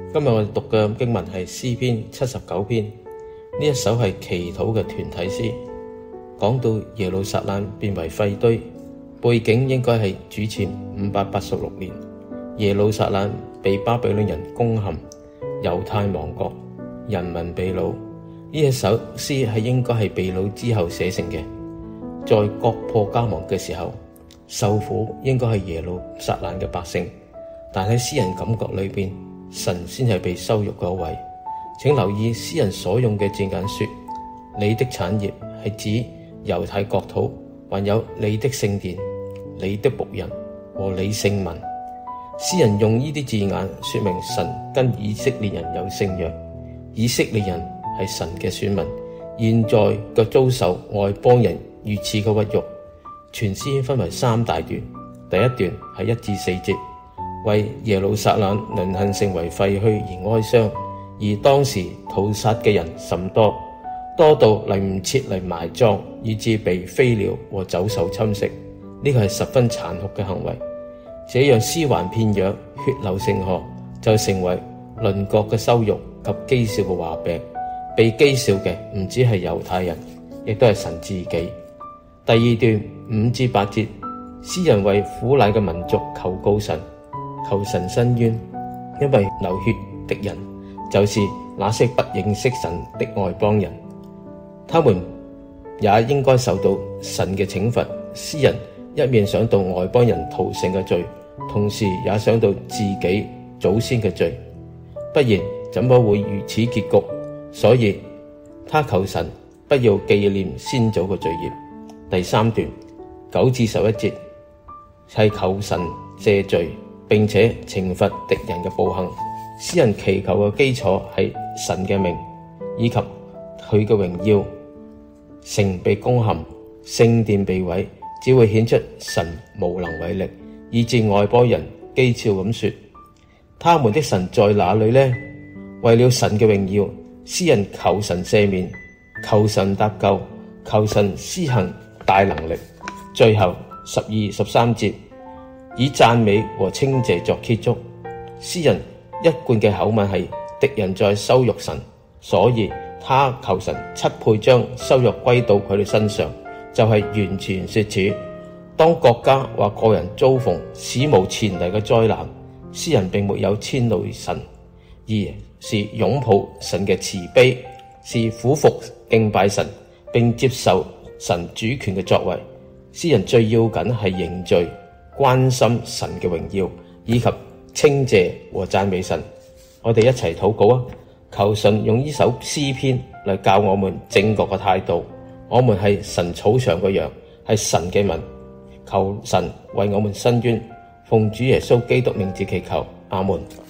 今日我哋讀嘅經文係詩篇79篇，呢一首係祈禱嘅團體詩，講到耶路撒冷變為廢堆，背景應該係主前586年，耶路撒冷被巴比倫人攻陷，猶太亡國，人民被擄。呢一首詩係應該係被擄之後寫成嘅，在國破家亡嘅時候，受苦應該係耶路撒冷嘅百姓，但喺詩人感覺裏邊，神先係被羞辱嗰位。請留意詩人所用嘅字眼說，你的產業係指猶太國土，還有你的聖殿、你的僕人和你聖民。詩人用呢啲字眼說明神跟以色列人有聖約，以色列人係神嘅選民，現在嘅遭受外邦人如此嘅屈辱。全詩分為3大段，第一段係1至4節，為耶路撒冷淪陷成為廢墟而哀傷，而當時屠殺嘅人甚多，多到嚟唔切嚟埋葬，以致被飛鳥和走獸侵蝕。呢個係十分殘酷嘅行為。這樣屍橫遍野，血流成河，就成為鄰國嘅羞辱及譏笑嘅話柄。被譏笑嘅唔止係猶太人，亦都係神自己。第二段5至8節，詩人為苦難嘅民族求告神，求神伸冤，因為流血的人就是那些不認識神的外邦人，他們也應該受到神嘅懲罰。詩人一面想到外邦人屠城嘅罪，同時也想到自己祖先嘅罪，不然怎麼會如此結局？所以他求神不要紀念先祖嘅罪孽。第3段9至11節係求神赦罪，並且懲罰敵人嘅暴行。詩人祈求嘅基礎係神嘅名以及佢嘅榮耀。城被攻陷，聖殿被毀，只會顯出神無能為力，以致外邦人譏笑咁說：他們的神在哪裏呢？為了神嘅榮耀，詩人求神赦免，求神搭救，求神施行大能力。最後12、13節以讚美和稱謝作結束。詩人一貫嘅口吻係敵人在羞辱神，所以他求神7倍將羞辱歸到佢哋身上，就係完全說此。當國家或個人遭逢史無前例嘅災難，詩人並沒有遷怒神，而是擁抱神嘅慈悲，是俯伏敬拜神，並接受神主權嘅作為。詩人最要緊係認罪、關心神嘅榮耀，以及稱謝和讚美神。我哋一齊禱告啊！求神用呢首詩篇嚟教我們正確嘅態度。我們係神草場嘅羊，係神嘅民。求神為我們伸冤，奉主耶穌基督名字祈求，阿門。